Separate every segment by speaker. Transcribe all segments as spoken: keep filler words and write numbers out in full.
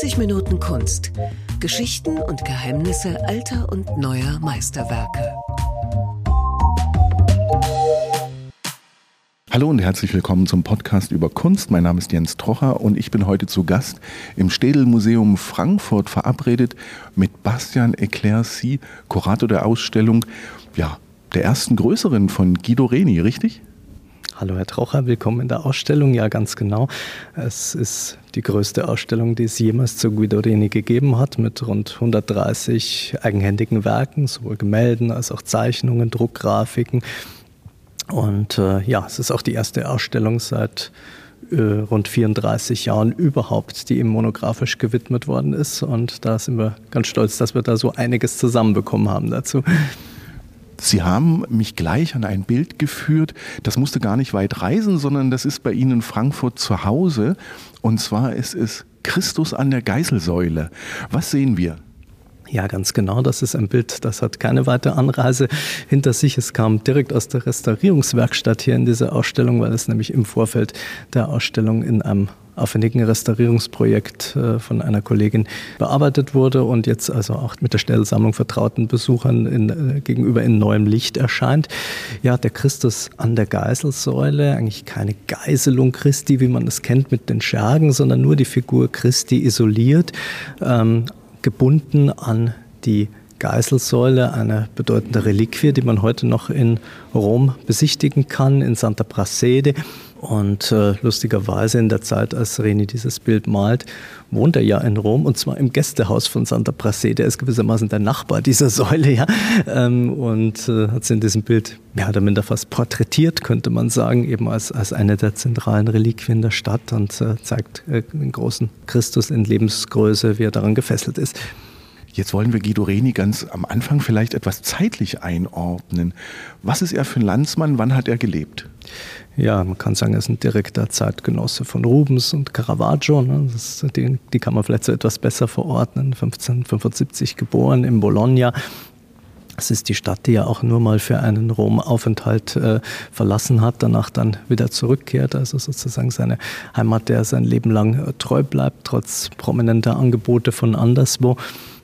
Speaker 1: neunzig Minuten Kunst. Geschichten und Geheimnisse alter und neuer Meisterwerke.
Speaker 2: Hallo und herzlich willkommen zum Podcast über Kunst. Mein Name ist Jens Trocher und ich bin heute zu Gast im Städel-Museum Frankfurt verabredet mit Bastian Eclaircy, Kurator der Ausstellung, ja, der ersten größeren von Guido Reni, richtig?
Speaker 3: Hallo Herr Trocher, willkommen in der Ausstellung. Ja, ganz genau. Es ist die größte Ausstellung, die es jemals zu Guido Reni gegeben hat, mit rund hundertdreißig eigenhändigen Werken, sowohl Gemälden als auch Zeichnungen, Druckgrafiken. Und äh, ja, es ist auch die erste Ausstellung seit äh, rund vierunddreißig Jahren überhaupt, die ihm monografisch gewidmet worden ist. Und da sind wir ganz stolz, dass wir da so einiges zusammenbekommen haben dazu.
Speaker 2: Sie haben mich gleich an ein Bild geführt, das musste gar nicht weit reisen, sondern das ist bei Ihnen in Frankfurt zu Hause. Und zwar ist es Christus an der Geißelsäule. Was sehen wir?
Speaker 3: Ja, ganz genau. Das ist ein Bild, das hat keine weitere Anreise hinter sich. Es kam direkt aus der Restaurierungswerkstatt hier in dieser Ausstellung, weil es nämlich im Vorfeld der Ausstellung in einem aufwendigen Restaurierungsprojekt äh, von einer Kollegin bearbeitet wurde und jetzt also auch mit der Städel-Sammlung vertrauten Besuchern in, äh, gegenüber in neuem Licht erscheint. Ja, der Christus an der Geißelsäule, eigentlich keine Geißelung Christi, wie man es kennt mit den Schergen, sondern nur die Figur Christi isoliert, ähm, gebunden an die Geißelsäule, eine bedeutende Reliquie, die man heute noch in Rom besichtigen kann, in Santa Prassede. Und äh, lustigerweise in der Zeit, als Reni dieses Bild malt, wohnt er ja in Rom und zwar im Gästehaus von Santa Prassede. Er ist gewissermaßen der Nachbar dieser Säule, ja, ähm, und äh, hat sie in diesem Bild ja, damit fast porträtiert, könnte man sagen, eben als, als eine der zentralen Reliquien der Stadt und äh, zeigt äh, den großen Christus in Lebensgröße, wie er daran gefesselt ist.
Speaker 2: Jetzt wollen wir Guido Reni ganz am Anfang vielleicht etwas zeitlich einordnen. Was ist er für ein Landsmann? Wann hat er gelebt?
Speaker 3: Ja, man kann sagen, er ist ein direkter Zeitgenosse von Rubens und Caravaggio. Ne? Das ist, die, die kann man vielleicht so etwas besser verordnen. fünfzehnhundertfünfundsiebzig geboren in Bologna. Es ist die Stadt, die er auch nur mal für einen Rom-Aufenthalt äh, verlassen hat, danach dann wieder zurückkehrt. Also sozusagen seine Heimat, der sein Leben lang äh, treu bleibt, trotz prominenter Angebote von anderswo.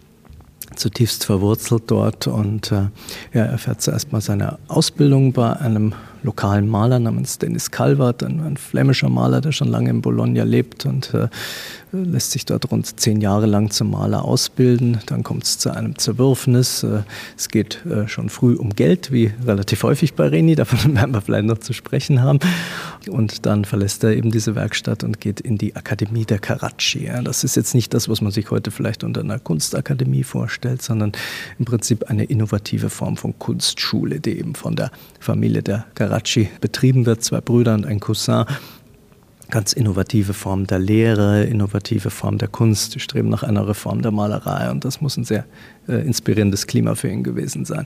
Speaker 3: Zutiefst verwurzelt dort und äh, ja, er fährt zuerst mal seine Ausbildung bei einem lokalen Maler namens Denis Calvert, ein, ein flämischer Maler, der schon lange in Bologna lebt und äh, lässt sich dort rund zehn Jahre lang zum Maler ausbilden. Dann kommt es zu einem Zerwürfnis. Äh, es geht äh, schon früh um Geld, wie relativ häufig bei Reni, davon werden wir vielleicht noch zu sprechen haben. Und dann verlässt er eben diese Werkstatt und geht in die Akademie der Carracci. Ja, das ist jetzt nicht das, was man sich heute vielleicht unter einer Kunstakademie vorstellt, sondern im Prinzip eine innovative Form von Kunstschule, die eben von der Familie der Carracci betrieben wird, zwei Brüder und ein Cousin. Ganz innovative Form der Lehre, innovative Form der Kunst, die streben nach einer Reform der Malerei und das muss ein sehr äh, inspirierendes Klima für ihn gewesen sein.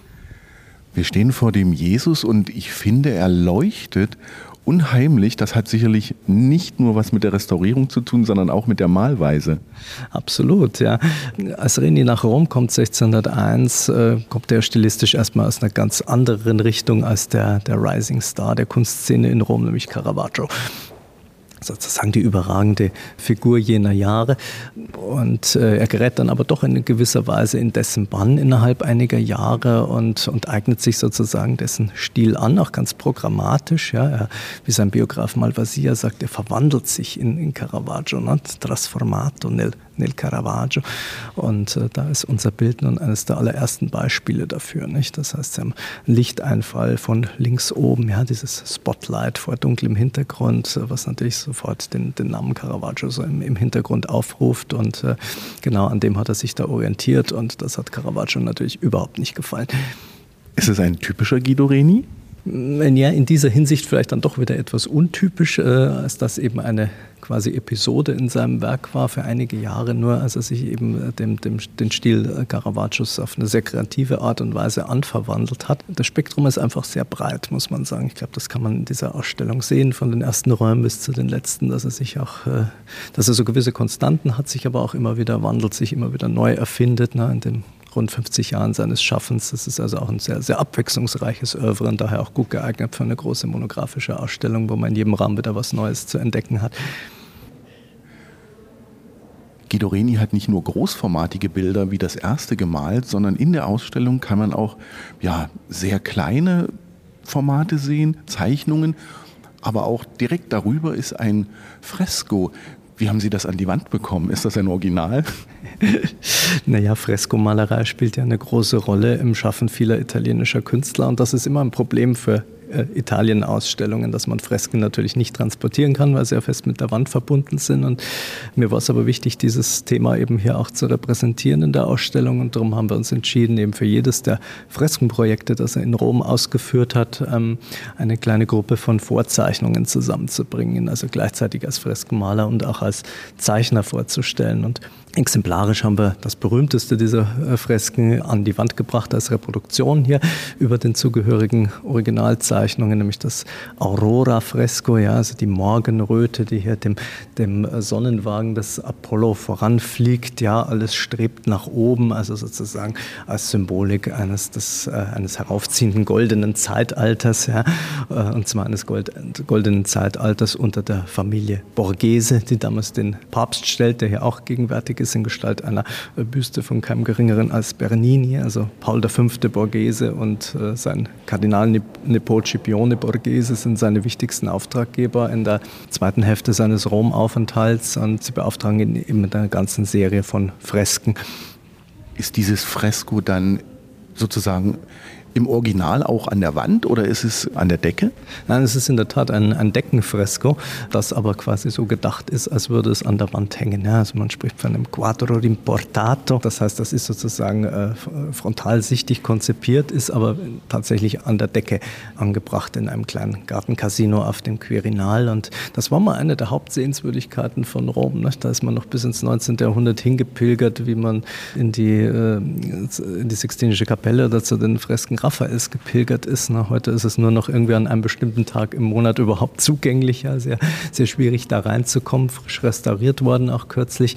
Speaker 2: Wir stehen vor dem Jesus und ich finde, er leuchtet unheimlich. Das hat sicherlich nicht nur was mit der Restaurierung zu tun, sondern auch mit der Malweise.
Speaker 3: Absolut, ja. Als Reni nach Rom kommt, sechzehnhunderteins, äh, kommt er stilistisch erstmal aus einer ganz anderen Richtung als der, der Rising Star der Kunstszene in Rom, nämlich Caravaggio. Sozusagen die überragende Figur jener Jahre. Und äh, er gerät dann aber doch in gewisser Weise in dessen Bann innerhalb einiger Jahre und, und eignet sich sozusagen dessen Stil an, auch ganz programmatisch. Ja. Er, wie sein Biograf Malvasia sagt, er verwandelt sich in, in Caravaggio, ne? Trasformato nel, nel Caravaggio. Und äh, da ist unser Bild nun eines der allerersten Beispiele dafür. Nicht? Das heißt, Sie haben einen Lichteinfall von links oben, ja, dieses Spotlight vor dunklem Hintergrund, was natürlich sofort den, den Namen Caravaggio so im, im Hintergrund aufruft und äh, genau an dem hat er sich da orientiert und das hat Caravaggio natürlich überhaupt nicht gefallen.
Speaker 2: Ist es ein typischer Guido Reni?
Speaker 3: Ja, in dieser Hinsicht vielleicht dann doch wieder etwas untypisch, äh, als das eben eine quasi Episode in seinem Werk war für einige Jahre nur, als er sich eben dem, dem, den Stil Caravaggios auf eine sehr kreative Art und Weise anverwandelt hat. Das Spektrum ist einfach sehr breit, muss man sagen. Ich glaube, das kann man in dieser Ausstellung sehen, von den ersten Räumen bis zu den letzten, dass er sich auch, äh, dass er so gewisse Konstanten hat, sich aber auch immer wieder wandelt, sich immer wieder neu erfindet, ne, in dem rund fünfzig Jahren seines Schaffens. Das ist also auch ein sehr, sehr abwechslungsreiches Oeuvre und daher auch gut geeignet für eine große monografische Ausstellung, wo man in jedem Raum wieder was Neues zu entdecken hat.
Speaker 2: Guido Reni hat nicht nur großformatige Bilder wie das erste gemalt, sondern in der Ausstellung kann man auch ja, sehr kleine Formate sehen, Zeichnungen, aber auch direkt darüber ist ein Fresko. Wie haben Sie das an die Wand bekommen? Ist das ein Original?
Speaker 3: Naja, Freskomalerei spielt ja eine große Rolle im Schaffen vieler italienischer Künstler und das ist immer ein Problem für Italien-Ausstellungen, dass man Fresken natürlich nicht transportieren kann, weil sie ja fest mit der Wand verbunden sind. Und mir war es aber wichtig, dieses Thema eben hier auch zu repräsentieren in der Ausstellung. Und darum haben wir uns entschieden, eben für jedes der Freskenprojekte, das er in Rom ausgeführt hat, eine kleine Gruppe von Vorzeichnungen zusammenzubringen, also gleichzeitig als Freskenmaler und auch als Zeichner vorzustellen. Und exemplarisch haben wir das berühmteste dieser Fresken an die Wand gebracht als Reproduktion hier über den zugehörigen Originalzeichnungen, nämlich das Aurora-Fresko, ja, also die Morgenröte, die hier dem, dem Sonnenwagen des Apollo voranfliegt. Ja, alles strebt nach oben, also sozusagen als Symbolik eines, des, äh, eines heraufziehenden goldenen Zeitalters, ja, äh, und zwar eines Gold, goldenen Zeitalters unter der Familie Borghese, die damals den Papst stellt, der hier auch gegenwärtig ist in Gestalt einer Büste von keinem Geringeren als Bernini, also Paul der Fünfte Borghese und äh, sein Kardinalnepot Scipione Borghese sind seine wichtigsten Auftraggeber in der zweiten Hälfte seines Rom-Aufenthalts und sie beauftragen ihn eben mit einer ganzen Serie von Fresken.
Speaker 2: Ist dieses Fresko dann sozusagen im Original auch an der Wand oder ist es an der Decke?
Speaker 3: Nein, es ist in der Tat ein, ein Deckenfresko, das aber quasi so gedacht ist, als würde es an der Wand hängen. Ja, also man spricht von einem Quadro rimportato. Das heißt, das ist sozusagen äh, frontal sichtig konzipiert, ist aber tatsächlich an der Decke angebracht in einem kleinen Gartencasino auf dem Quirinal. Und das war mal eine der Hauptsehenswürdigkeiten von Rom. Ne? Da ist man noch bis ins neunzehnten Jahrhundert hingepilgert, wie man in die, äh, in die Sixtinische Kapelle oder zu den Fresken Raffaels gepilgert ist. Na, heute ist es nur noch irgendwie an einem bestimmten Tag im Monat überhaupt zugänglich. Ja, sehr, sehr schwierig da reinzukommen. Frisch restauriert worden auch kürzlich.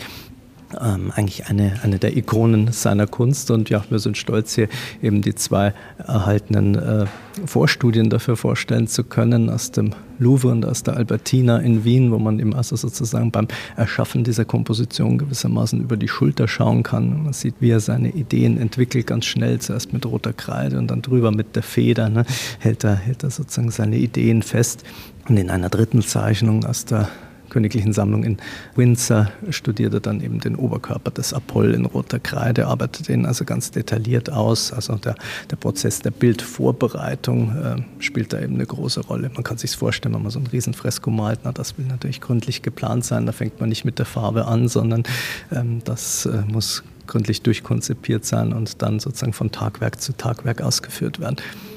Speaker 3: Ähm, eigentlich eine, eine der Ikonen seiner Kunst und ja, wir sind stolz hier eben die zwei erhaltenen äh, Vorstudien dafür vorstellen zu können aus dem Louvre und aus der Albertina in Wien, wo man eben also sozusagen beim Erschaffen dieser Komposition gewissermaßen über die Schulter schauen kann. Man sieht, wie er seine Ideen entwickelt, ganz schnell, zuerst mit roter Kreide und dann drüber mit der Feder, ne, hält er, hält er sozusagen seine Ideen fest. Und in einer dritten Zeichnung aus der Königlichen Sammlung in Windsor studierte dann eben den Oberkörper des Apoll in roter Kreide, arbeitet den also ganz detailliert aus. Also der, der Prozess der Bildvorbereitung äh, spielt da eben eine große Rolle. Man kann sich vorstellen, wenn man so ein Riesenfresko malt, na, das will natürlich gründlich geplant sein. Da fängt man nicht mit der Farbe an, sondern ähm, das äh, muss gründlich durchkonzipiert sein und dann sozusagen von Tagwerk zu Tagwerk ausgeführt werden.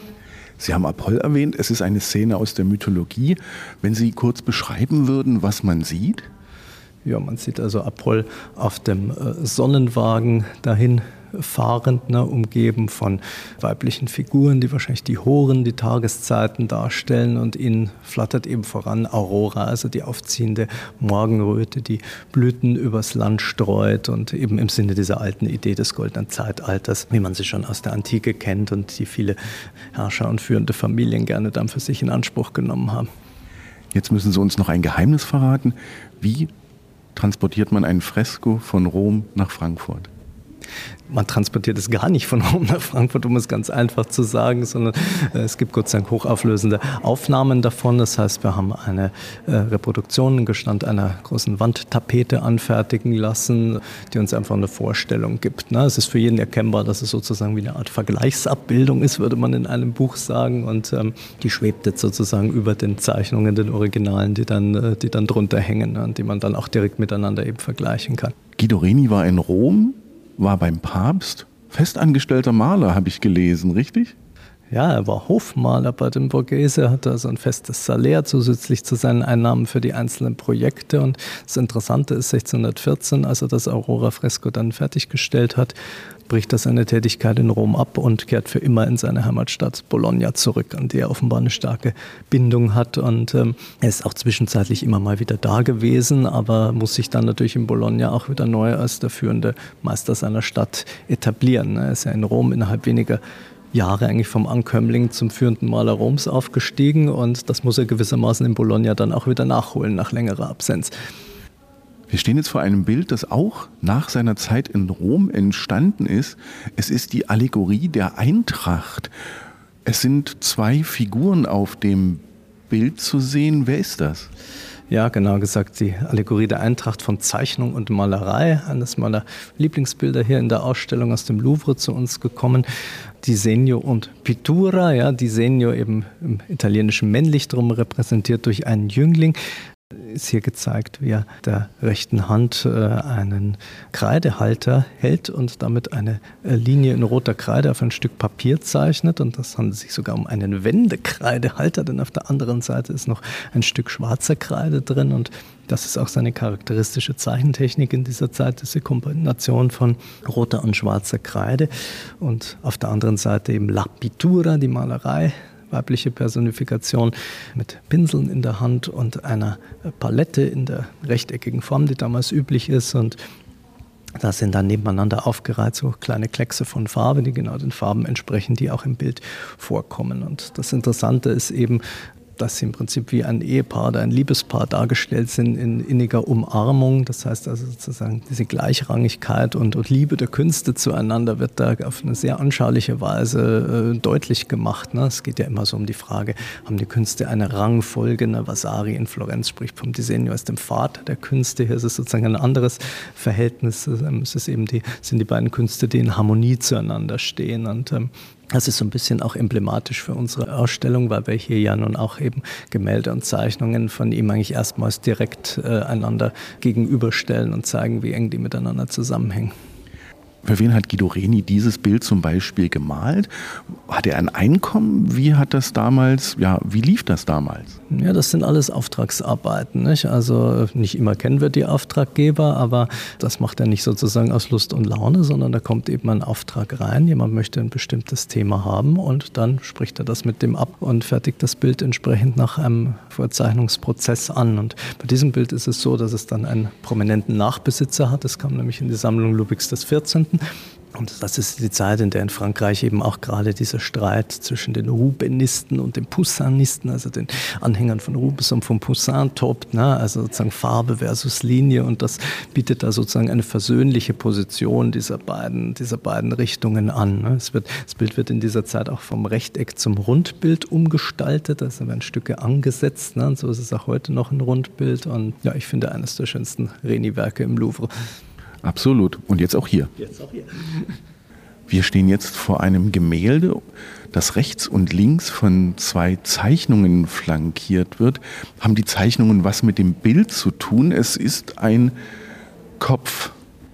Speaker 2: Sie haben Apoll erwähnt, es ist eine Szene aus der Mythologie. Wenn Sie kurz beschreiben würden, was man sieht?
Speaker 3: Ja, man sieht also Apoll auf dem äh, Sonnenwagen dahin fahrend, ne, umgeben von weiblichen Figuren, die wahrscheinlich die Horen, die Tageszeiten darstellen und ihnen flattert eben voran Aurora, also die aufziehende Morgenröte, die Blüten übers Land streut und eben im Sinne dieser alten Idee des goldenen Zeitalters, wie man sie schon aus der Antike kennt und die viele Herrscher und führende Familien gerne dann für sich in Anspruch genommen haben.
Speaker 2: Jetzt müssen Sie uns noch ein Geheimnis verraten. Wie transportiert man ein Fresko von Rom nach Frankfurt?
Speaker 3: Man transportiert es gar nicht von Rom nach Frankfurt, um es ganz einfach zu sagen, sondern äh, es gibt Gott sei Dank hochauflösende Aufnahmen davon. Das heißt, wir haben eine äh, Reproduktion im Gestand einer großen Wandtapete anfertigen lassen, die uns einfach eine Vorstellung gibt. Ne? Es ist für jeden erkennbar, dass es sozusagen wie eine Art Vergleichsabbildung ist, würde man in einem Buch sagen. Und ähm, die schwebt jetzt sozusagen über den Zeichnungen, den Originalen, die dann, äh, die dann drunter hängen, ne? Und die man dann auch direkt miteinander eben vergleichen kann.
Speaker 2: Guido Reni war in Rom, war beim Papst, festangestellter Maler, habe ich gelesen, richtig?
Speaker 3: Ja, er war Hofmaler bei den Borghese, hatte also ein festes Salär zusätzlich zu seinen Einnahmen für die einzelnen Projekte. Und das Interessante ist, sechzehnhundertvierzehn, als er das Aurora-Fresko dann fertiggestellt hat, bricht er seine Tätigkeit in Rom ab und kehrt für immer in seine Heimatstadt Bologna zurück, an die er offenbar eine starke Bindung hat. Und ähm, er ist auch zwischenzeitlich immer mal wieder da gewesen, aber muss sich dann natürlich in Bologna auch wieder neu als der führende Meister seiner Stadt etablieren. Er ist ja in Rom innerhalb weniger Jahre eigentlich vom Ankömmling zum führenden Maler Roms aufgestiegen und das muss er gewissermaßen in Bologna dann auch wieder nachholen nach längerer Absenz.
Speaker 2: Wir stehen jetzt vor einem Bild, das auch nach seiner Zeit in Rom entstanden ist. Es ist die Allegorie der Eintracht. Es sind zwei Figuren auf dem Bild zu sehen. Wer ist das?
Speaker 3: Ja, genau gesagt, die Allegorie der Eintracht von Zeichnung und Malerei. Eines meiner Lieblingsbilder hier in der Ausstellung aus dem Louvre zu uns gekommen. Disegno und Pittura, ja, Disegno eben im italienischen männlich drum repräsentiert durch einen Jüngling. Ist hier gezeigt, wie er der rechten Hand äh, einen Kreidehalter hält und damit eine äh, Linie in roter Kreide auf ein Stück Papier zeichnet. Und das handelt sich sogar um einen Wendekreidehalter, denn auf der anderen Seite ist noch ein Stück schwarzer Kreide drin. Und das ist auch seine charakteristische Zeichentechnik in dieser Zeit, diese Kombination von roter und schwarzer Kreide. Und auf der anderen Seite eben La Pittura, die Malerei. Weibliche Personifikation mit Pinseln in der Hand und einer Palette in der rechteckigen Form, die damals üblich ist. Und da sind dann nebeneinander aufgereiht so kleine Kleckse von Farbe, die genau den Farben entsprechen, die auch im Bild vorkommen. Und das Interessante ist eben, dass sie im Prinzip wie ein Ehepaar oder ein Liebespaar dargestellt sind in inniger Umarmung. Das heißt also sozusagen diese Gleichrangigkeit und, und Liebe der Künste zueinander wird da auf eine sehr anschauliche Weise äh, deutlich gemacht. Ne? Es geht ja immer so um die Frage, haben die Künste eine Rangfolge? Ne? Vasari in Florenz spricht vom Disegno als dem Vater der Künste. Hier ist es sozusagen ein anderes Verhältnis. Es ist eben die, sind die beiden Künste, die in Harmonie zueinander stehen. Und ähm, das ist so ein bisschen auch emblematisch für unsere Ausstellung, weil wir hier ja nun auch eben Gemälde und Zeichnungen von ihm eigentlich erstmals direkt äh, einander gegenüberstellen und zeigen, wie eng die miteinander zusammenhängen.
Speaker 2: Für wen hat Guido Reni dieses Bild zum Beispiel gemalt? Hat er ein Einkommen? Wie hat das damals, ja, wie lief das damals?
Speaker 3: Ja, das sind alles Auftragsarbeiten, nicht? Also nicht immer kennen wir die Auftraggeber, aber das macht er nicht sozusagen aus Lust und Laune, sondern da kommt eben ein Auftrag rein. Jemand möchte ein bestimmtes Thema haben und dann spricht er das mit dem ab und fertigt das Bild entsprechend nach einem Vorzeichnungsprozess an. Und bei diesem Bild ist es so, dass es dann einen prominenten Nachbesitzer hat. Es kam nämlich in die Sammlung Ludwigs des vierzehnten Und das ist die Zeit, in der in Frankreich eben auch gerade dieser Streit zwischen den Rubenisten und den Poussinisten, also den Anhängern von Rubens und von Poussin, tobt, ne? Also sozusagen Farbe versus Linie. Und das bietet da sozusagen eine versöhnliche Position dieser beiden, dieser beiden Richtungen an. Ne? Es wird, das Bild wird in dieser Zeit auch vom Rechteck zum Rundbild umgestaltet. Also werden Stücke angesetzt. Ne? Und so ist es auch heute noch ein Rundbild. Und ja, ich finde eines der schönsten Reni-Werke im Louvre.
Speaker 2: Absolut. Und jetzt auch hier.
Speaker 3: Jetzt auch hier.
Speaker 2: Wir stehen jetzt vor einem Gemälde, das rechts und links von zwei Zeichnungen flankiert wird. Haben die Zeichnungen was mit dem Bild zu tun? Es ist ein Kopf.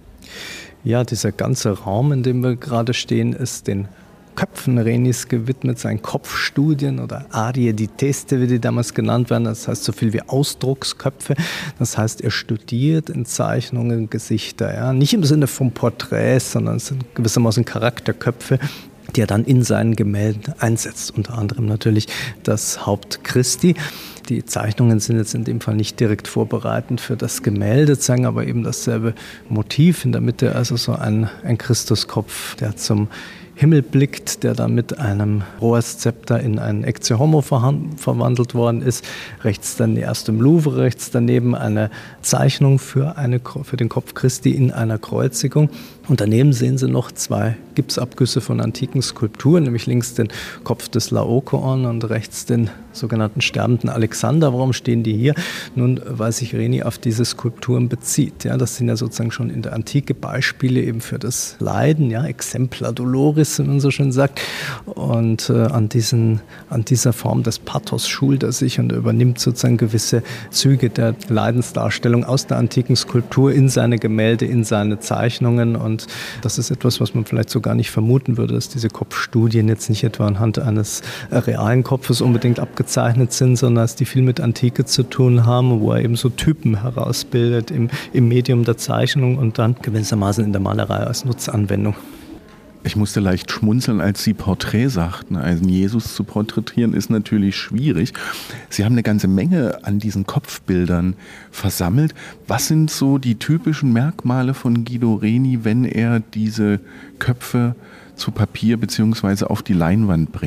Speaker 3: Ja, dieser ganze Raum, in dem wir gerade stehen, ist den Köpfen Renis gewidmet, seinen Kopfstudien oder Arie di Teste, wie die damals genannt werden. Das heißt so viel wie Ausdrucksköpfe. Das heißt, er studiert in Zeichnungen Gesichter. Ja? Nicht im Sinne von Porträts, sondern es sind gewissermaßen Charakterköpfe, die er dann in seinen Gemälden einsetzt. Unter anderem natürlich das Haupt Christi. Die Zeichnungen sind jetzt in dem Fall nicht direkt vorbereitend für das Gemälde, zeigen aber eben dasselbe Motiv. In der Mitte also so ein, ein Christuskopf, der zum Himmel blickt, der dann mit einem Rohrszepter in einen Ecce Homo verwandelt worden ist. Rechts dann erst im Louvre, rechts daneben eine Zeichnung für, eine, für den Kopf Christi in einer Kreuzigung. Und daneben sehen Sie noch zwei Gipsabgüsse von antiken Skulpturen, nämlich links den Kopf des Laokoon und rechts den sogenannten sterbenden Alexander. Warum stehen die hier? Nun, weil sich Reni auf diese Skulpturen bezieht. Ja, das sind ja sozusagen schon in der Antike Beispiele eben für das Leiden, ja, Exempla Doloris, wie man so schön sagt. Und äh, an, diesen, an dieser Form des Pathos schult er sich und er übernimmt sozusagen gewisse Züge der Leidensdarstellung aus der antiken Skulptur in seine Gemälde, in seine Zeichnungen. Und das ist etwas, was man vielleicht so gar nicht vermuten würde, dass diese Kopfstudien jetzt nicht etwa anhand eines äh, realen Kopfes unbedingt abgezeichnet sind, sondern dass die viel mit Antike zu tun haben, wo er eben so Typen herausbildet im, im Medium der Zeichnung und dann gewissermaßen in der Malerei als Nutzanwendung.
Speaker 2: Ich musste leicht schmunzeln, als Sie Porträt sagten. Also Jesus zu porträtieren ist natürlich schwierig. Sie haben eine ganze Menge an diesen Kopfbildern versammelt. Was sind so die typischen Merkmale von Guido Reni, wenn er diese Köpfe zu Papier bzw. auf die Leinwand bringt?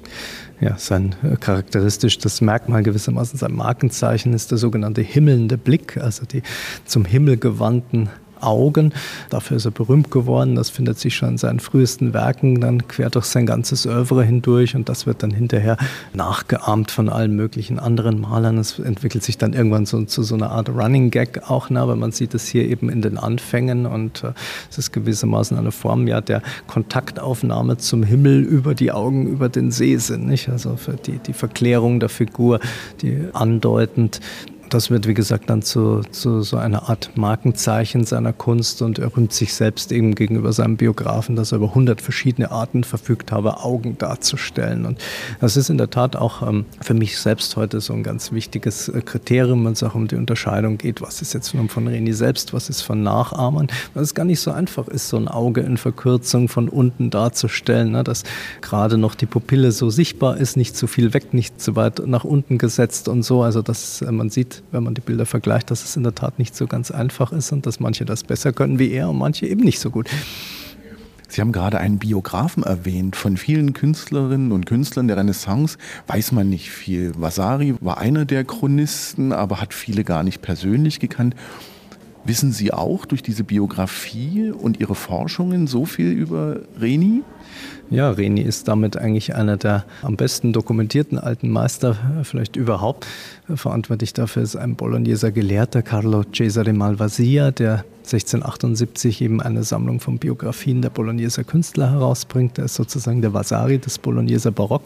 Speaker 3: Ja, sein charakteristisches Merkmal gewissermaßen, sein Markenzeichen ist der sogenannte himmelnde Blick, also die zum Himmel gewandten Augen. Dafür ist er berühmt geworden. Das findet sich schon in seinen frühesten Werken dann quer durch sein ganzes Oeuvre hindurch und das wird dann hinterher nachgeahmt von allen möglichen anderen Malern. Es entwickelt sich dann irgendwann so, zu so einer Art Running Gag auch, ne? Aber man sieht es hier eben in den Anfängen und äh, es ist gewissermaßen eine Form ja der Kontaktaufnahme zum Himmel über die Augen, über den Sehsinn, nicht? Also für die, die Verklärung der Figur, die andeutend. Das wird, wie gesagt, dann zu, zu so einer Art Markenzeichen seiner Kunst und er rühmt sich selbst eben gegenüber seinem Biografen, dass er über hundert verschiedene Arten verfügt habe, Augen darzustellen. Und das ist in der Tat auch ähm, für mich selbst heute so ein ganz wichtiges äh, Kriterium, wenn es auch um die Unterscheidung geht, was ist jetzt von Reni selbst, was ist von Nachahmern, weil es gar nicht so einfach ist, so ein Auge in Verkürzung von unten darzustellen, ne, dass gerade noch die Pupille so sichtbar ist, nicht zu viel weg, nicht zu weit nach unten gesetzt und so, also dass äh, man sieht, wenn man die Bilder vergleicht, dass es in der Tat nicht so ganz einfach ist und dass manche das besser können wie er und manche eben nicht so gut.
Speaker 2: Sie haben gerade einen Biografen erwähnt. Von vielen Künstlerinnen und Künstlern der Renaissance weiß man nicht viel. Vasari war einer der Chronisten, aber hat viele gar nicht persönlich gekannt. Wissen Sie auch durch diese Biografie und Ihre Forschungen so viel über Reni?
Speaker 3: Ja, Reni ist damit eigentlich einer der am besten dokumentierten alten Meister, vielleicht überhaupt. Verantwortlich dafür ist ein Bologneser Gelehrter, Carlo Cesare Malvasia, der sechzehnhundertachtundsiebzig eben eine Sammlung von Biografien der Bologneser Künstler herausbringt. Der ist sozusagen der Vasari des Bologneser Barock.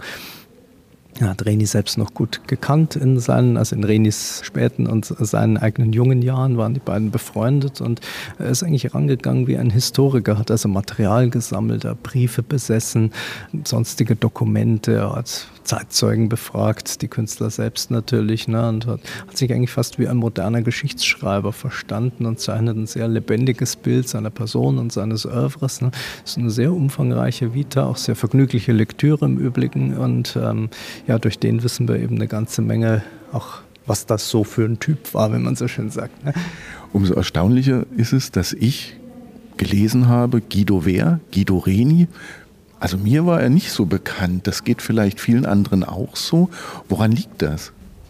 Speaker 3: Er hat Reni selbst noch gut gekannt in seinen, also in Renis späten und seinen eigenen jungen Jahren waren die beiden befreundet und er ist eigentlich herangegangen wie ein Historiker, hat also Material gesammelt, hat Briefe besessen, sonstige Dokumente, er hat Zeitzeugen befragt, die Künstler selbst natürlich, ne, und hat, hat sich eigentlich fast wie ein moderner Geschichtsschreiber verstanden und zeichnet ein sehr lebendiges Bild seiner Person und seines Oeuvres. Ne. Das ist eine sehr umfangreiche Vita, auch sehr vergnügliche Lektüre im Übrigen und ähm, ja, durch den wissen wir eben eine ganze Menge, auch was das so für ein Typ war, wenn man so schön sagt. Ne?
Speaker 2: Umso erstaunlicher ist es, dass ich gelesen habe, Guido Wehr, Guido Reni. Also mir war er nicht so bekannt. Das geht vielleicht vielen anderen auch so. Woran liegt das?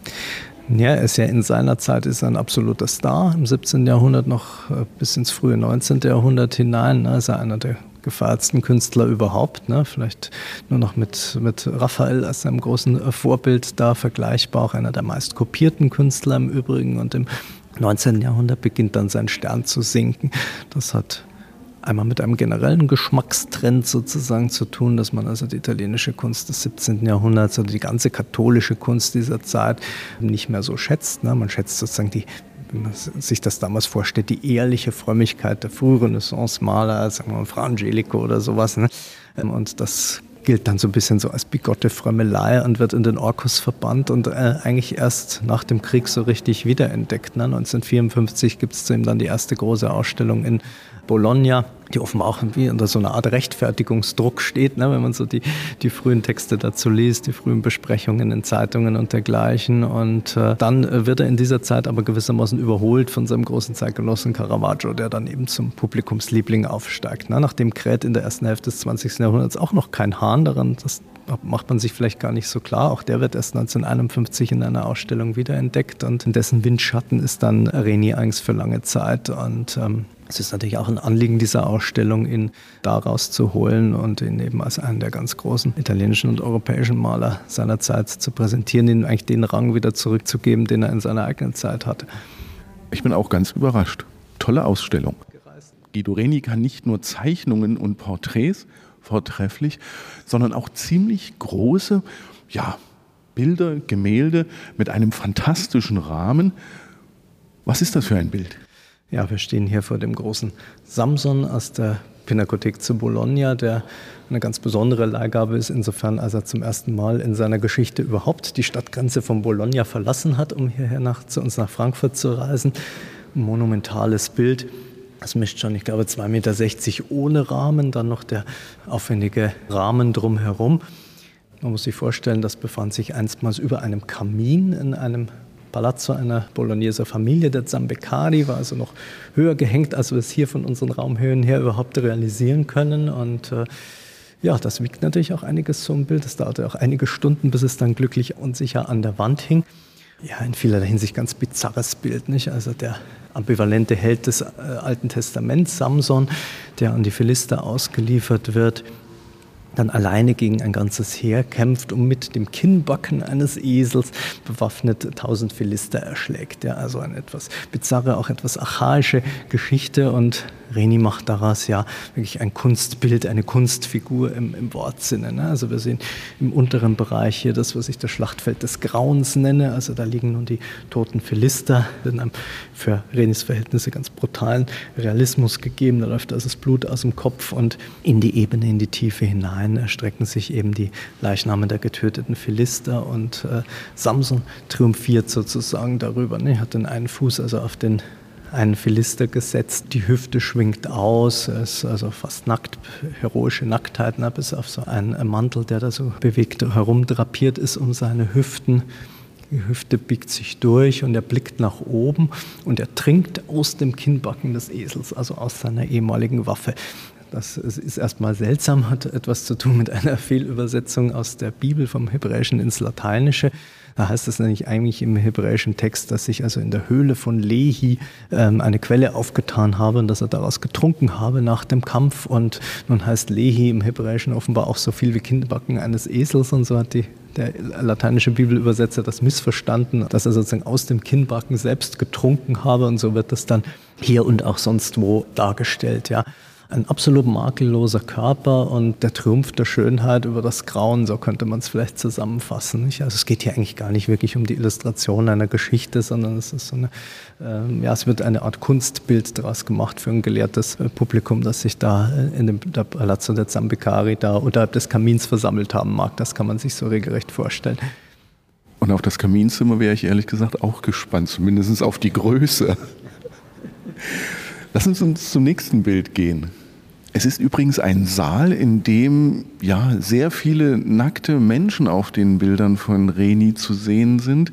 Speaker 3: Ja, er ist ja in seiner Zeit ist er ein absoluter Star. Im siebzehnten Jahrhundert noch bis ins frühe neunzehnte Jahrhundert hinein. Ne, ist er einer der gefeiertsten Künstler überhaupt, ne? Vielleicht nur noch mit, mit Raphael als seinem großen Vorbild da vergleichbar, auch einer der meist kopierten Künstler im Übrigen und im neunzehnten Jahrhundert beginnt dann sein Stern zu sinken. Das hat einmal mit einem generellen Geschmackstrend sozusagen zu tun, dass man also die italienische Kunst des siebzehnten Jahrhunderts oder die ganze katholische Kunst dieser Zeit nicht mehr so schätzt, ne? Man schätzt sozusagen die, wie man sich das damals vorstellt, die ehrliche Frömmigkeit der Frührenaissance-Maler, sagen wir mal Fra Angelico oder sowas. Ne? Und das gilt dann so ein bisschen so als bigotte Frömmelei und wird in den Orkus verbannt und äh, eigentlich erst nach dem Krieg so richtig wiederentdeckt. Ne? neunzehnhundertvierundfünfzig gibt es zu ihm dann die erste große Ausstellung in Bologna, die offenbar auch irgendwie unter so einer Art Rechtfertigungsdruck steht, ne, wenn man so die, die frühen Texte dazu liest, die frühen Besprechungen in Zeitungen und dergleichen. Und äh, dann äh, wird er in dieser Zeit aber gewissermaßen überholt von seinem großen Zeitgenossen Caravaggio, der dann eben zum Publikumsliebling aufsteigt. Ne. Nachdem kräht in der ersten Hälfte des zwanzigsten Jahrhunderts auch noch kein Hahn daran, das macht man sich vielleicht gar nicht so klar. Auch der wird erst neunzehnhunderteinundfünfzig in einer Ausstellung wiederentdeckt und in dessen Windschatten ist dann Reni eigentlich für lange Zeit. Und ähm, es ist natürlich auch ein Anliegen dieser Ausstellung, ihn daraus zu holen und ihn eben als einen der ganz großen italienischen und europäischen Maler seiner Zeit zu präsentieren, ihm eigentlich den Rang wieder zurückzugeben, den er in seiner eigenen Zeit hatte.
Speaker 2: Ich bin auch ganz überrascht. Tolle Ausstellung. Guido Reni kann nicht nur Zeichnungen und Porträts vortrefflich, sondern auch ziemlich große, ja, Bilder, Gemälde mit einem fantastischen Rahmen. Was ist das für ein Bild?
Speaker 3: Ja, wir stehen hier vor dem großen Samson aus der Pinakothek zu Bologna, der eine ganz besondere Leihgabe ist, insofern, als er zum ersten Mal in seiner Geschichte überhaupt die Stadtgrenze von Bologna verlassen hat, um hierher nach, zu uns nach Frankfurt zu reisen. Ein monumentales Bild. Das mischt schon, ich glaube, zwei Meter sechzig ohne Rahmen, dann noch der aufwendige Rahmen drumherum. Man muss sich vorstellen, das befand sich einstmals über einem Kamin in einem Palazzo einer Bologneser Familie, der Zambeccari, war also noch höher gehängt, als wir es hier von unseren Raumhöhen her überhaupt realisieren können. Und äh, Ja, das wiegt natürlich auch einiges, so ein Bild. Es dauerte auch einige Stunden, bis es dann glücklich und sicher an der Wand hing. Ja, in vielerlei Hinsicht ganz bizarres Bild, nicht? Also der ambivalente Held des äh, Alten Testaments, Samson, der an die Philister ausgeliefert wird, dann alleine gegen ein ganzes Heer kämpft und mit dem Kinnbacken eines Esels bewaffnet tausend Philister erschlägt. Ja, also eine etwas bizarre, auch etwas archaische Geschichte, und Reni macht daraus ja wirklich ein Kunstbild, eine Kunstfigur im, im Wortsinne. Ne? Also wir sehen im unteren Bereich hier das, was ich das Schlachtfeld des Grauens nenne. Also da liegen nun die toten Philister in einem für Renis Verhältnisse ganz brutalen Realismus gegeben. Da läuft also das Blut aus dem Kopf, und in die Ebene, in die Tiefe hinein erstrecken sich eben die Leichname der getöteten Philister, und äh, Samson triumphiert sozusagen darüber. Ne? Er hat den einen Fuß also auf den einen Philister gesetzt, die Hüfte schwingt aus, er ist also fast nackt, heroische Nacktheit, ne? Bis auf so einen Mantel, der da so bewegt herumdrapiert ist um seine Hüften. Die Hüfte biegt sich durch und er blickt nach oben und er trinkt aus dem Kinnbacken des Esels, also aus seiner ehemaligen Waffe. Das ist erstmal seltsam, hat etwas zu tun mit einer Fehlübersetzung aus der Bibel vom Hebräischen ins Lateinische. Da heißt es nämlich eigentlich im hebräischen Text, dass sich also in der Höhle von Lehi ähm, eine Quelle aufgetan habe und dass er daraus getrunken habe nach dem Kampf. Und nun heißt Lehi im Hebräischen offenbar auch so viel wie Kinnbacken eines Esels, und so hat die der lateinische Bibelübersetzer das missverstanden, dass er sozusagen aus dem Kinnbacken selbst getrunken habe, und so wird das dann hier und auch sonst wo dargestellt, ja. Ein absolut makelloser Körper und der Triumph der Schönheit über das Grauen, so könnte man es vielleicht zusammenfassen. Nicht? Also es geht hier eigentlich gar nicht wirklich um die Illustration einer Geschichte, sondern es ist so eine, äh, ja, es wird eine Art Kunstbild daraus gemacht für ein gelehrtes äh, Publikum, das sich da in dem der Palazzo der Zambicari da unterhalb des Kamins versammelt haben mag. Das kann man sich so regelrecht vorstellen.
Speaker 2: Und auf das Kaminzimmer wäre ich ehrlich gesagt auch gespannt, zumindest auf die Größe. Lass uns uns zum nächsten Bild gehen. Es ist übrigens ein Saal, in dem ja sehr viele nackte Menschen auf den Bildern von Reni zu sehen sind.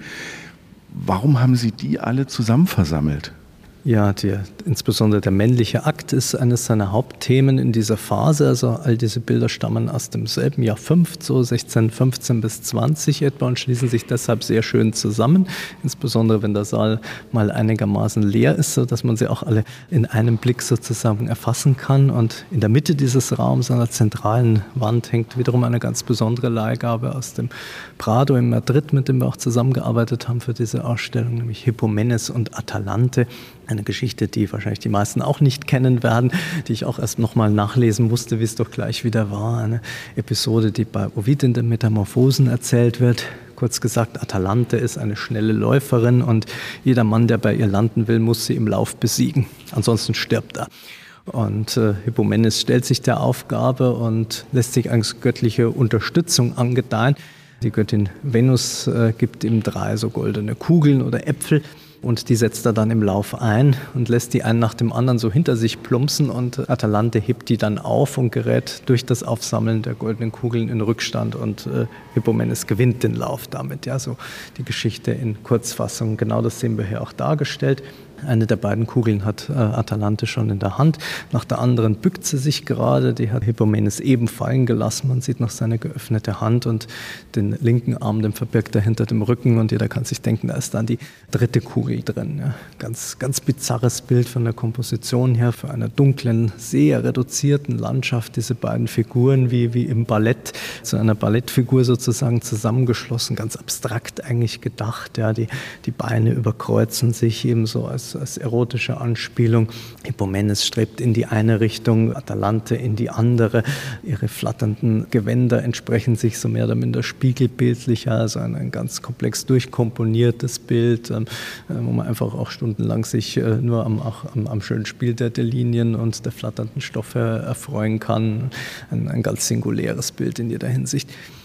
Speaker 2: Warum haben Sie die alle zusammen versammelt?
Speaker 3: Ja, die, insbesondere der männliche Akt ist eines seiner Hauptthemen in dieser Phase. Also all diese Bilder stammen aus demselben Jahr fünf, so sechzehnhundertfünfzehn bis zwanzig etwa, und schließen sich deshalb sehr schön zusammen. Insbesondere wenn der Saal mal einigermaßen leer ist, sodass man sie auch alle in einem Blick sozusagen erfassen kann. Und in der Mitte dieses Raums, an der zentralen Wand, hängt wiederum eine ganz besondere Leihgabe aus dem Prado in Madrid, mit dem wir auch zusammengearbeitet haben für diese Ausstellung, nämlich Hippomenes und Atalante. Eine Geschichte, die wahrscheinlich die meisten auch nicht kennen werden, die ich auch erst nochmal nachlesen musste, wie es doch gleich wieder war. Eine Episode, die bei Ovid in den Metamorphosen erzählt wird. Kurz gesagt, Atalante ist eine schnelle Läuferin und jeder Mann, der bei ihr landen will, muss sie im Lauf besiegen. Ansonsten stirbt er. Und äh, Hippomenes stellt sich der Aufgabe und lässt sich als göttliche Unterstützung angedeihen. Die Göttin Venus äh, gibt ihm drei so goldene Kugeln oder Äpfel. Und die setzt er dann im Lauf ein und lässt die einen nach dem anderen so hinter sich plumpsen, und Atalante hebt die dann auf und gerät durch das Aufsammeln der goldenen Kugeln in Rückstand, und äh, Hippomenes gewinnt den Lauf damit. Ja, so die Geschichte in Kurzfassung. Genau das sehen wir hier auch dargestellt. Eine der beiden Kugeln hat äh, Atalante schon in der Hand, nach der anderen bückt sie sich gerade, die hat Hippomenes eben fallen gelassen. Man sieht noch seine geöffnete Hand und den linken Arm, den verbirgt er hinter dem Rücken, und jeder kann sich denken, da ist dann die dritte Kugel drin. Ja. Ganz, ganz bizarres Bild von der Komposition her, für einer dunklen, sehr reduzierten Landschaft, diese beiden Figuren wie, wie im Ballett, zu einer Ballettfigur sozusagen zusammengeschlossen, ganz abstrakt eigentlich gedacht. Ja. Die, die Beine überkreuzen sich ebenso als als erotische Anspielung. Hippomenes strebt in die eine Richtung, Atalante in die andere. Ihre flatternden Gewänder entsprechen sich so mehr oder minder spiegelbildlicher, also ein, ein ganz komplex durchkomponiertes Bild, ähm, wo man einfach auch stundenlang sich äh, nur am, auch am, am schönen Spiel der, der Linien und der flatternden Stoffe erfreuen kann. Ein, ein ganz singuläres Bild in jeder Hinsicht.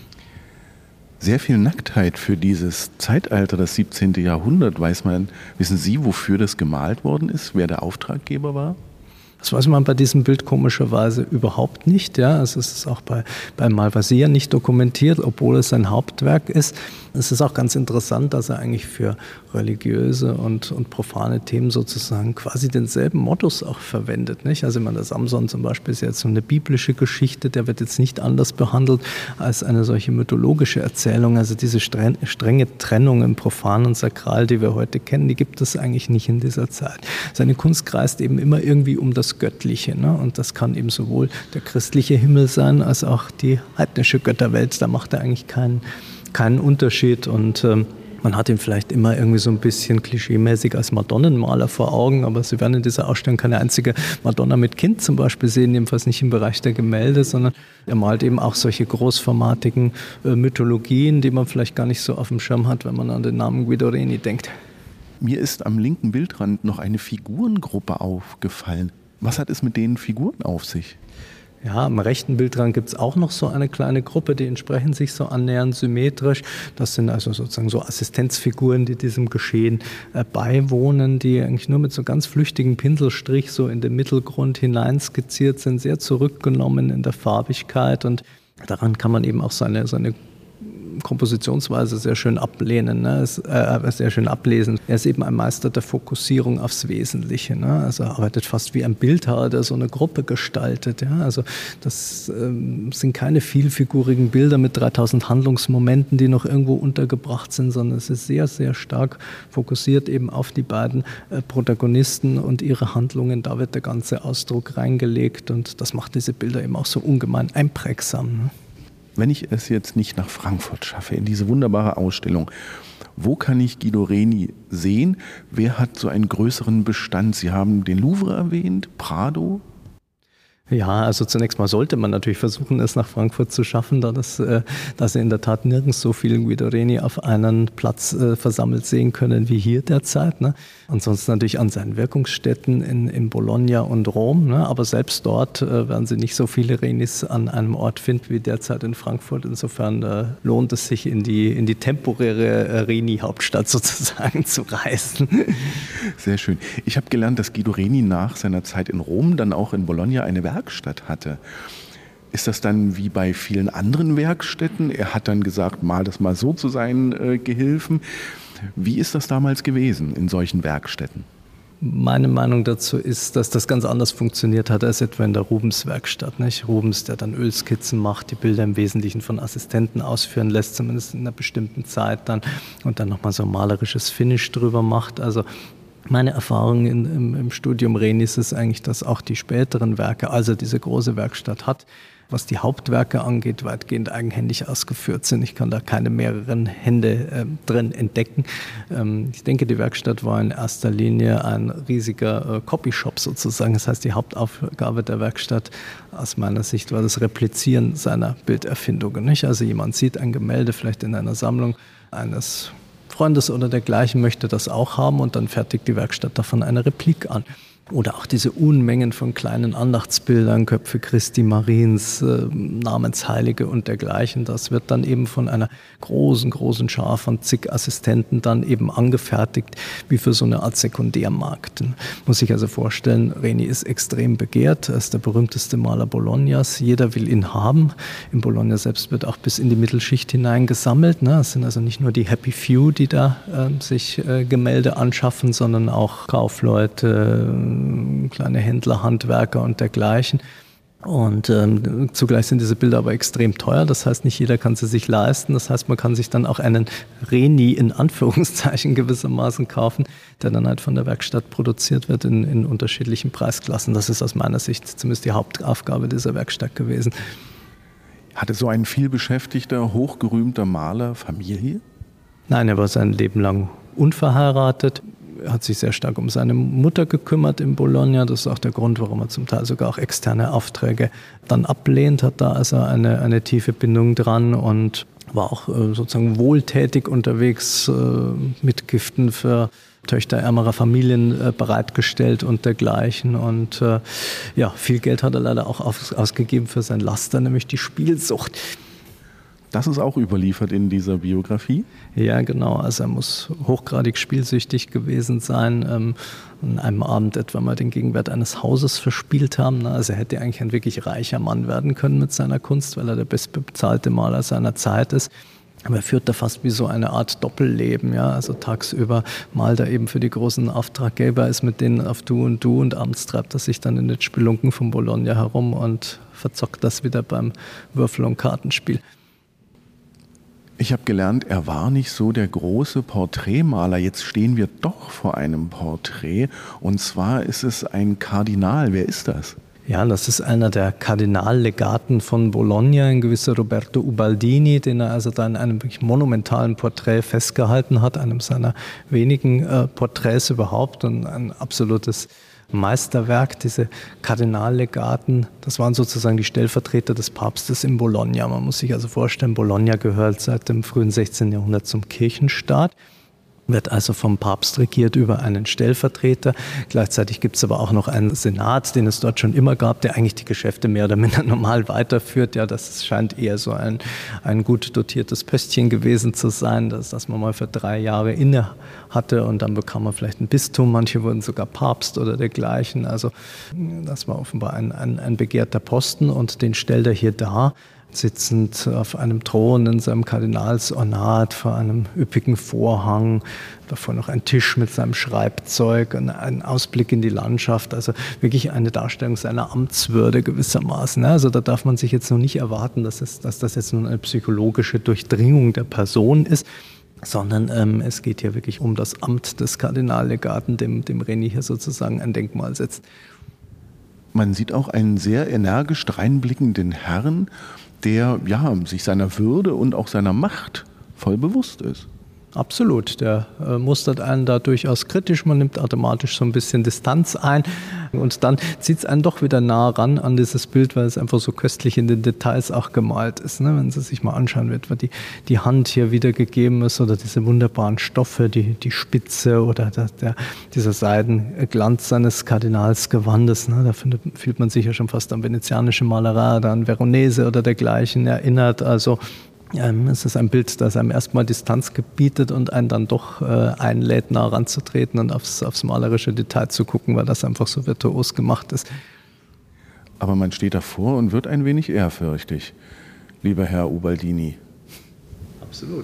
Speaker 2: Sehr viel Nacktheit für dieses Zeitalter, das siebzehnte Jahrhundert. Weiß man, wissen Sie, wofür das gemalt worden ist, wer der Auftraggeber war?
Speaker 3: Das weiß man bei diesem Bild komischerweise überhaupt nicht. Ja. Also es ist auch bei, bei Malvasier nicht dokumentiert, obwohl es sein Hauptwerk ist. Es ist auch ganz interessant, dass er eigentlich für religiöse und, und profane Themen sozusagen quasi denselben Modus auch verwendet. Nicht? Also ich meine, der Samson zum Beispiel ist jetzt so eine biblische Geschichte, der wird jetzt nicht anders behandelt als eine solche mythologische Erzählung. Also diese streng, strenge Trennung im Profan und Sakral, die wir heute kennen, die gibt es eigentlich nicht in dieser Zeit. Seine Kunst kreist eben immer irgendwie um das Göttliche. Ne? Und das kann eben sowohl der christliche Himmel sein, als auch die heidnische Götterwelt. Da macht er eigentlich keinen keinen Unterschied und ähm, man hat ihn vielleicht immer irgendwie so ein bisschen klischeemäßig als Madonnenmaler vor Augen, aber Sie werden in dieser Ausstellung keine einzige Madonna mit Kind zum Beispiel sehen, jedenfalls nicht im Bereich der Gemälde, sondern er malt eben auch solche großformatigen äh, Mythologien, die man vielleicht gar nicht so auf dem Schirm hat, wenn man an den Namen Guido Reni denkt.
Speaker 2: Mir ist am linken Bildrand noch eine Figurengruppe aufgefallen. Was hat es mit den Figuren auf sich?
Speaker 3: Ja, am rechten Bildrand gibt es auch noch so eine kleine Gruppe, die entsprechend sich so annähern, symmetrisch. Das sind also sozusagen so Assistenzfiguren, die diesem Geschehen äh, beiwohnen, die eigentlich nur mit so ganz flüchtigen Pinselstrich so in den Mittelgrund hinein skizziert sind, sehr zurückgenommen in der Farbigkeit. Und daran kann man eben auch seine, seine Kompositionsweise sehr schön ablehnen, ne? Es, äh, sehr schön ablesen. Er ist eben ein Meister der Fokussierung aufs Wesentliche. Ne? Also er arbeitet fast wie ein Bildhauer, der so eine Gruppe gestaltet. Ja? Also das ähm, sind keine vielfigurigen Bilder mit dreitausend Handlungsmomenten, die noch irgendwo untergebracht sind, sondern es ist sehr, sehr stark fokussiert eben auf die beiden äh, Protagonisten und ihre Handlungen. Da wird der ganze Ausdruck reingelegt und das macht diese Bilder eben auch so ungemein einprägsam. Ne?
Speaker 2: Wenn ich es jetzt nicht nach Frankfurt schaffe, in diese wunderbare Ausstellung, wo kann ich Guido Reni sehen? Wer hat so einen größeren Bestand? Sie haben den Louvre erwähnt, Prado.
Speaker 3: Ja, also zunächst mal sollte man natürlich versuchen, es nach Frankfurt zu schaffen, da das, äh, dass Sie in der Tat nirgends so viel Guido Reni auf einen Platz äh, versammelt sehen können wie hier derzeit. Ne? Ansonsten natürlich an seinen Wirkungsstätten in, in Bologna und Rom. Ne? Aber selbst dort äh, werden Sie nicht so viele Renis an einem Ort finden wie derzeit in Frankfurt. Insofern äh, lohnt es sich, in die, in die temporäre äh, Reni-Hauptstadt sozusagen zu reisen.
Speaker 2: Sehr schön. Ich habe gelernt, dass Guido Reni nach seiner Zeit in Rom dann auch in Bologna eine Werkstatt hatte. Ist das dann wie bei vielen anderen Werkstätten? Er hat dann gesagt, mal das mal so zu seinen äh, Gehilfen. Wie ist das damals gewesen in solchen Werkstätten?
Speaker 3: Meine Meinung dazu ist, dass das ganz anders funktioniert hat als etwa in der Rubens-Werkstatt. Nicht? Rubens, der dann Ölskizzen macht, die Bilder im Wesentlichen von Assistenten ausführen lässt, zumindest in einer bestimmten Zeit dann, und dann nochmal so ein malerisches Finish drüber macht. Also meine Erfahrung in, im, im Studium Renis ist eigentlich, dass auch die späteren Werke, also diese große Werkstatt hat, was die Hauptwerke angeht, weitgehend eigenhändig ausgeführt sind. Ich kann da keine mehreren Hände äh, drin entdecken. Ähm, ich denke, die Werkstatt war in erster Linie ein riesiger äh, Copyshop sozusagen. Das heißt, die Hauptaufgabe der Werkstatt aus meiner Sicht war das Replizieren seiner Bilderfindungen. Nicht? Also jemand sieht ein Gemälde vielleicht in einer Sammlung eines Freundes oder dergleichen, möchte das auch haben und dann fertigt die Werkstatt davon eine Replik an. Oder auch diese Unmengen von kleinen Andachtsbildern, Köpfe Christi, Mariens, äh, Namensheilige und dergleichen. Das wird dann eben von einer großen, großen Schar von zig Assistenten dann eben angefertigt, wie für so eine Art Sekundärmarkt. Muss sich also vorstellen, Reni ist extrem begehrt. Er ist der berühmteste Maler Bolognas. Jeder will ihn haben. In Bologna selbst wird auch bis in die Mittelschicht hinein gesammelt. Ne? Es sind also nicht nur die Happy Few, die da äh, sich äh, Gemälde anschaffen, sondern auch Kaufleute, kleine Händler, Handwerker und dergleichen. Und ähm, zugleich sind diese Bilder aber extrem teuer. Das heißt, nicht jeder kann sie sich leisten. Das heißt, man kann sich dann auch einen Reni in Anführungszeichen gewissermaßen kaufen, der dann halt von der Werkstatt produziert wird in, in unterschiedlichen Preisklassen. Das ist aus meiner Sicht zumindest die Hauptaufgabe dieser Werkstatt gewesen.
Speaker 2: Hatte so ein vielbeschäftigter, hochgerühmter Maler Familie?
Speaker 3: Nein, er war sein Leben lang unverheiratet. Er hat sich sehr stark um seine Mutter gekümmert in Bologna. Das ist auch der Grund, warum er zum Teil sogar auch externe Aufträge dann ablehnt. Hat da also eine, eine tiefe Bindung dran und war auch äh, sozusagen wohltätig unterwegs, äh, mit Giften für Töchter ärmerer Familien äh, bereitgestellt und dergleichen. Und äh, ja, viel Geld hat er leider auch aus, ausgegeben für sein Laster, nämlich die Spielsucht.
Speaker 2: Das ist auch überliefert in dieser Biografie?
Speaker 3: Ja, genau. Also er muss hochgradig spielsüchtig gewesen sein. Ähm, an einem Abend etwa mal den Gegenwert eines Hauses verspielt haben. Also er hätte eigentlich ein wirklich reicher Mann werden können mit seiner Kunst, weil er der bestbezahlte Maler seiner Zeit ist. Aber er führt da fast wie so eine Art Doppelleben, ja. Also tagsüber malt er eben für die großen Auftraggeber, ist mit denen auf Du und Du und abends treibt er sich dann in den Spelunken von Bologna herum und verzockt das wieder beim Würfel- und Kartenspiel.
Speaker 2: Ich habe gelernt, er war nicht so der große Porträtmaler. Jetzt stehen wir doch vor einem Porträt. Und zwar ist es ein Kardinal. Wer ist das?
Speaker 3: Ja, das ist einer der Kardinallegaten von Bologna, ein gewisser Roberto Ubaldini, den er also da in einem wirklich monumentalen Porträt festgehalten hat, einem seiner wenigen äh, Porträts überhaupt und ein absolutes Meisterwerk. Diese Kardinallegaten, das waren sozusagen die Stellvertreter des Papstes in Bologna. Man muss sich also vorstellen, Bologna gehört seit dem frühen sechzehnten Jahrhundert zum Kirchenstaat. Wird also vom Papst regiert über einen Stellvertreter. Gleichzeitig gibt es aber auch noch einen Senat, den es dort schon immer gab, der eigentlich die Geschäfte mehr oder minder normal weiterführt. Ja, das scheint eher so ein, ein gut dotiertes Pöstchen gewesen zu sein, dass, dass man mal für drei Jahre inne hatte und dann bekam man vielleicht ein Bistum. Manche wurden sogar Papst oder dergleichen. Also das war offenbar ein, ein, ein begehrter Posten und den stellt er hier dar, sitzend auf einem Thron in seinem Kardinalsornat vor einem üppigen Vorhang, davor noch ein Tisch mit seinem Schreibzeug und ein Ausblick in die Landschaft, also wirklich eine Darstellung seiner Amtswürde gewissermaßen. Also da darf man sich jetzt noch nicht erwarten, dass, es, dass das jetzt nun eine psychologische Durchdringung der Person ist, sondern ähm, es geht hier wirklich um das Amt des Kardinallegaten, dem, dem Reni hier sozusagen ein Denkmal setzt.
Speaker 2: Man sieht auch einen sehr energisch dreinblickenden Herrn, der ja, sich seiner Würde und auch seiner Macht voll bewusst ist.
Speaker 3: Absolut, der äh, mustert einen da durchaus kritisch, man nimmt automatisch so ein bisschen Distanz ein und dann zieht es einen doch wieder nah ran an dieses Bild, weil es einfach so köstlich in den Details auch gemalt ist. Ne? Wenn Sie sich mal anschauen, wird die, die Hand hier wiedergegeben ist oder diese wunderbaren Stoffe, die, die Spitze oder der, der, dieser Seidenglanz seines Kardinalsgewandes. Ne? Da findet, fühlt man sich ja schon fast an venezianische Malerei oder an Veronese oder dergleichen erinnert. Also Ähm, es ist ein Bild, das einem erstmal Distanz gebietet und einen dann doch äh, einlädt, nah ranzutreten und aufs, aufs malerische Detail zu gucken, weil das einfach so virtuos gemacht ist.
Speaker 2: Aber man steht davor und wird ein wenig ehrfürchtig, lieber Herr Ubaldini.
Speaker 3: Absolut.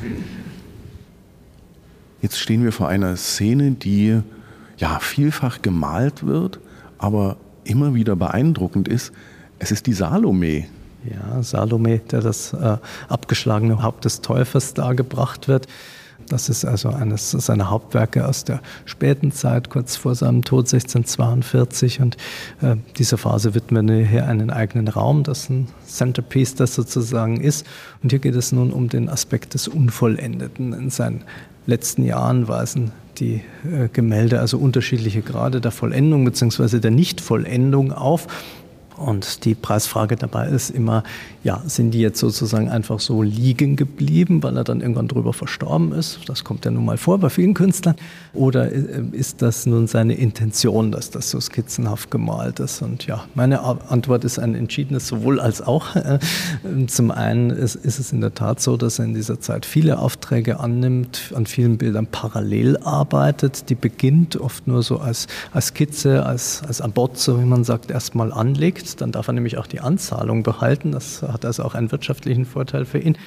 Speaker 2: Jetzt stehen wir vor einer Szene, die ja vielfach gemalt wird, aber immer wieder beeindruckend ist. Es ist die Salome.
Speaker 3: Ja, Salome, der das äh, abgeschlagene Haupt des Täufers dargebracht wird. Das ist also eines seiner Hauptwerke aus der späten Zeit, kurz vor seinem Tod sechzehnhundertzweiundvierzig. Und äh, dieser Phase widmen wir hier einen eigenen Raum, das ein Centerpiece, das sozusagen ist. Und hier geht es nun um den Aspekt des Unvollendeten. In seinen letzten Jahren weisen die äh, Gemälde also unterschiedliche Grade der Vollendung bzw. der Nichtvollendung auf. Und die Preisfrage dabei ist immer, ja, sind die jetzt sozusagen einfach so liegen geblieben, weil er dann irgendwann drüber verstorben ist? Das kommt ja nun mal vor bei vielen Künstlern. Oder ist das nun seine Intention, dass das so skizzenhaft gemalt ist? Und ja, meine Antwort ist ein entschiedenes sowohl als auch. Zum einen ist, ist es in der Tat so, dass er in dieser Zeit viele Aufträge annimmt, an vielen Bildern parallel arbeitet. Die beginnt oft nur so als, als Skizze, als, als Abbozzo, wie man sagt, erstmal anlegt. Dann darf er nämlich auch die Anzahlung behalten. Das hat also auch einen wirtschaftlichen Vorteil für ihn.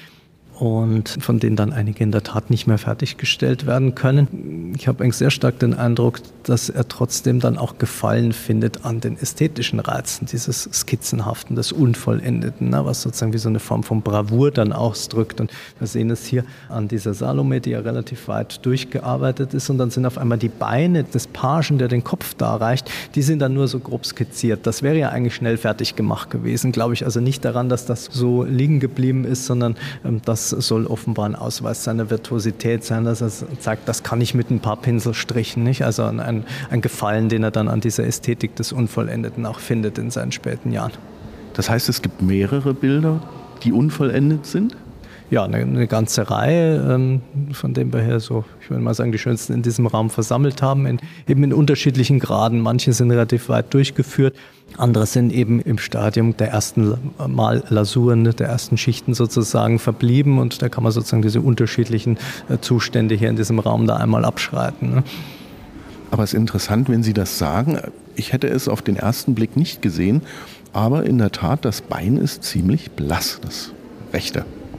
Speaker 3: Und von denen dann einige in der Tat nicht mehr fertiggestellt werden können. Ich habe eigentlich sehr stark den Eindruck, dass er trotzdem dann auch Gefallen findet an den ästhetischen Reizen, dieses Skizzenhaften, des Unvollendeten, ne, was sozusagen wie so eine Form von Bravour dann ausdrückt. Und wir sehen es hier an dieser Salome, die ja relativ weit durchgearbeitet ist. Und dann sind auf einmal die Beine des Pagen, der den Kopf darreicht, die sind dann nur so grob skizziert. Das wäre ja eigentlich schnell fertig gemacht gewesen, glaube ich. Also nicht daran, dass das so liegen geblieben ist, sondern ähm, dass soll offenbar ein Ausweis seiner Virtuosität sein, dass er zeigt, das kann ich mit ein paar Pinselstrichen, nicht? Also ein, ein Gefallen, den er dann an dieser Ästhetik des Unvollendeten auch findet in seinen späten Jahren.
Speaker 2: Das heißt, es gibt mehrere Bilder, die unvollendet sind?
Speaker 3: Ja, eine, eine ganze Reihe, ähm, von denen wir hier so, ich würde mal sagen, die schönsten in diesem Raum versammelt haben, in, eben in unterschiedlichen Graden. Manche sind relativ weit durchgeführt, andere sind eben im Stadium der ersten Mal-Lasuren, der ersten Schichten sozusagen verblieben und da kann man sozusagen diese unterschiedlichen äh, Zustände hier in diesem Raum da einmal abschreiten. Ne?
Speaker 2: Aber es ist interessant, wenn Sie das sagen. Ich hätte es auf den ersten Blick nicht gesehen, aber in der Tat, das Bein ist ziemlich blass, das rechte.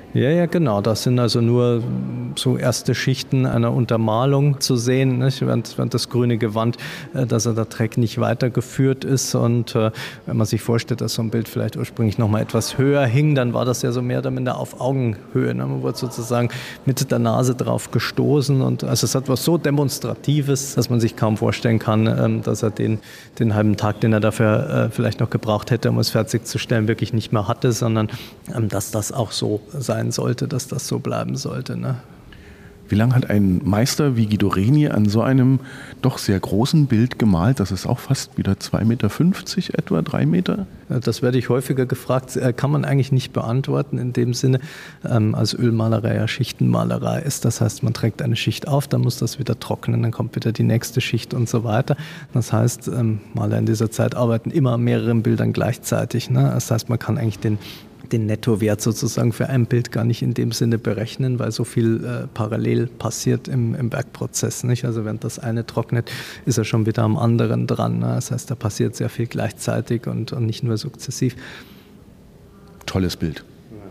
Speaker 3: Ja, ja, genau. Das sind also nur so erste Schichten einer Untermalung zu sehen, nicht? Während, während das grüne Gewand, dass er der Track nicht weitergeführt ist. Und äh, wenn man sich vorstellt, dass so ein Bild vielleicht ursprünglich noch mal etwas höher hing, dann war das ja so mehr oder minder auf Augenhöhe. Ne? Man wurde sozusagen mit der Nase drauf gestoßen. Und also es hat was so Demonstratives, dass man sich kaum vorstellen kann, ähm, dass er den, den halben Tag, den er dafür äh, vielleicht noch gebraucht hätte, um es fertigzustellen, wirklich nicht mehr hatte, sondern ähm, dass das auch so sein sollte, dass das so bleiben sollte. Ne?
Speaker 2: Wie lange hat ein Meister wie Guido Reni an so einem doch sehr großen Bild gemalt? Das ist auch fast wieder zwei Meter fünfzig etwa, drei Meter?
Speaker 3: Das werde ich häufiger gefragt. Kann man eigentlich nicht beantworten in dem Sinne, ähm, als Ölmalerei ja Schichtenmalerei ist. Das heißt, man trägt eine Schicht auf, dann muss das wieder trocknen, dann kommt wieder die nächste Schicht und so weiter. Das heißt, ähm, Maler in dieser Zeit arbeiten immer an mehreren Bildern gleichzeitig. Ne? Das heißt, man kann eigentlich den den Nettowert sozusagen für ein Bild gar nicht in dem Sinne berechnen, weil so viel äh, parallel passiert im, im Werkprozess. Nicht? Also während das eine trocknet, ist er schon wieder am anderen dran. Ne? Das heißt, da passiert sehr viel gleichzeitig und, und nicht nur sukzessiv.
Speaker 2: Tolles Bild.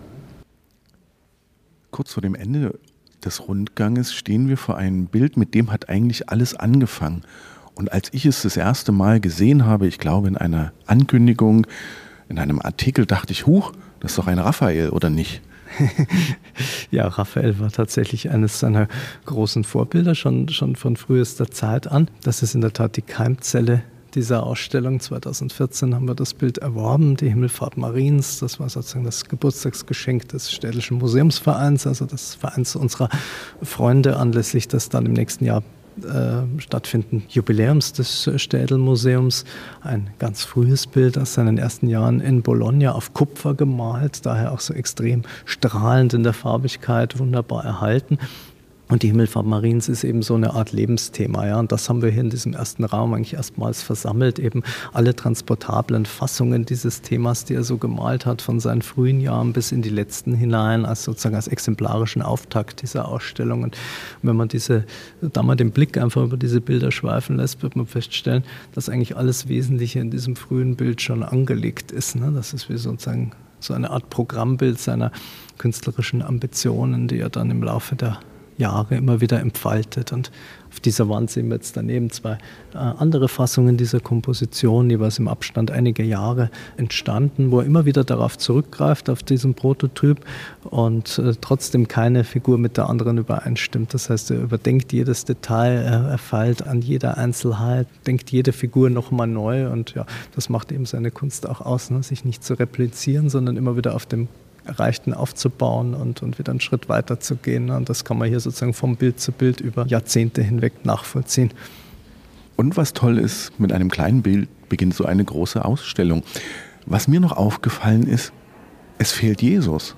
Speaker 2: Kurz vor dem Ende des Rundganges stehen wir vor einem Bild, mit dem hat eigentlich alles angefangen. Und als ich es das erste Mal gesehen habe, ich glaube in einer Ankündigung, in einem Artikel, dachte ich, huch, das ist doch ein Raphael, oder nicht?
Speaker 3: Ja, Raphael war tatsächlich eines seiner großen Vorbilder, schon, schon von frühester Zeit an. Das ist in der Tat die Keimzelle dieser Ausstellung. zweitausendvierzehn haben wir das Bild erworben, die Himmelfahrt Mariens. Das war sozusagen das Geburtstagsgeschenk des Städtischen Museumsvereins, also des Vereins unserer Freunde, anlässlich des dann im nächsten Jahr Äh, stattfinden Jubiläums des Städelmuseums. Ein ganz frühes Bild aus seinen ersten Jahren in Bologna auf Kupfer gemalt, daher auch so extrem strahlend in der Farbigkeit, wunderbar erhalten. Und die Himmelfahrt Mariens ist eben so eine Art Lebensthema. Ja? Und das haben wir hier in diesem ersten Raum eigentlich erstmals versammelt. Eben alle transportablen Fassungen dieses Themas, die er so gemalt hat, von seinen frühen Jahren bis in die letzten hinein, als sozusagen als exemplarischen Auftakt dieser Ausstellung. Und wenn man diese, da mal den Blick einfach über diese Bilder schweifen lässt, wird man feststellen, dass eigentlich alles Wesentliche in diesem frühen Bild schon angelegt ist. Ne? Das ist wie sozusagen so eine Art Programmbild seiner künstlerischen Ambitionen, die er dann im Laufe der Jahre immer wieder entfaltet. Und auf dieser Wand sehen wir jetzt daneben zwei äh, andere Fassungen dieser Komposition, jeweils im Abstand einiger Jahre entstanden, wo er immer wieder darauf zurückgreift, auf diesen Prototyp und äh, trotzdem keine Figur mit der anderen übereinstimmt. Das heißt, er überdenkt jedes Detail, er, er feilt an jeder Einzelheit, denkt jede Figur nochmal neu und ja, das macht eben seine Kunst auch aus, ne? Sich nicht zu replizieren, sondern immer wieder auf dem Erreichten aufzubauen und, und wieder einen Schritt weiter zu gehen. Und das kann man hier sozusagen vom Bild zu Bild über Jahrzehnte hinweg nachvollziehen.
Speaker 2: Und was toll ist, mit einem kleinen Bild beginnt so eine große Ausstellung. Was mir noch aufgefallen ist, es fehlt Jesus.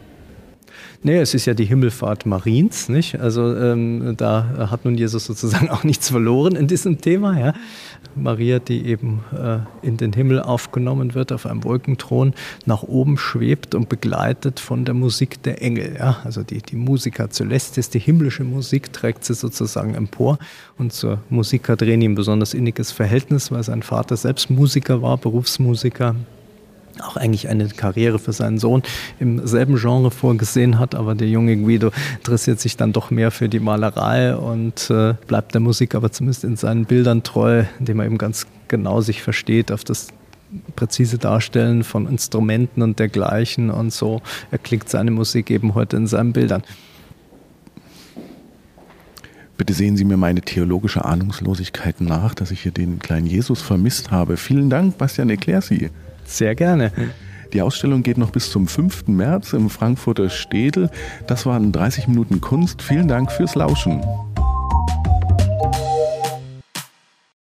Speaker 3: Nee, es ist ja die Himmelfahrt Mariens, nicht? Also ähm, da hat nun Jesus sozusagen auch nichts verloren in diesem Thema. Ja? Maria, die eben äh, in den Himmel aufgenommen wird, auf einem Wolkenthron nach oben schwebt und begleitet von der Musik der Engel. Ja? Also die, die Musica Celestis, die himmlische Musik, trägt sie sozusagen empor. Und zur Musik hat Reni ein besonders inniges Verhältnis, weil sein Vater selbst Musiker war, Berufsmusiker. Auch eigentlich eine Karriere für seinen Sohn im selben Genre vorgesehen hat, aber der junge Guido interessiert sich dann doch mehr für die Malerei und äh, bleibt der Musik aber zumindest in seinen Bildern treu, indem er eben ganz genau sich versteht auf das präzise Darstellen von Instrumenten und dergleichen und so erklingt seine Musik eben heute in seinen Bildern.
Speaker 2: Bitte sehen Sie mir meine theologische Ahnungslosigkeit nach, dass ich hier den kleinen Jesus vermisst habe. Vielen Dank, Bastian Eclaircy.
Speaker 3: Sehr gerne.
Speaker 2: Die Ausstellung geht noch bis zum fünften März im Frankfurter Städel. Das waren dreißig Minuten Kunst. Vielen Dank fürs Lauschen.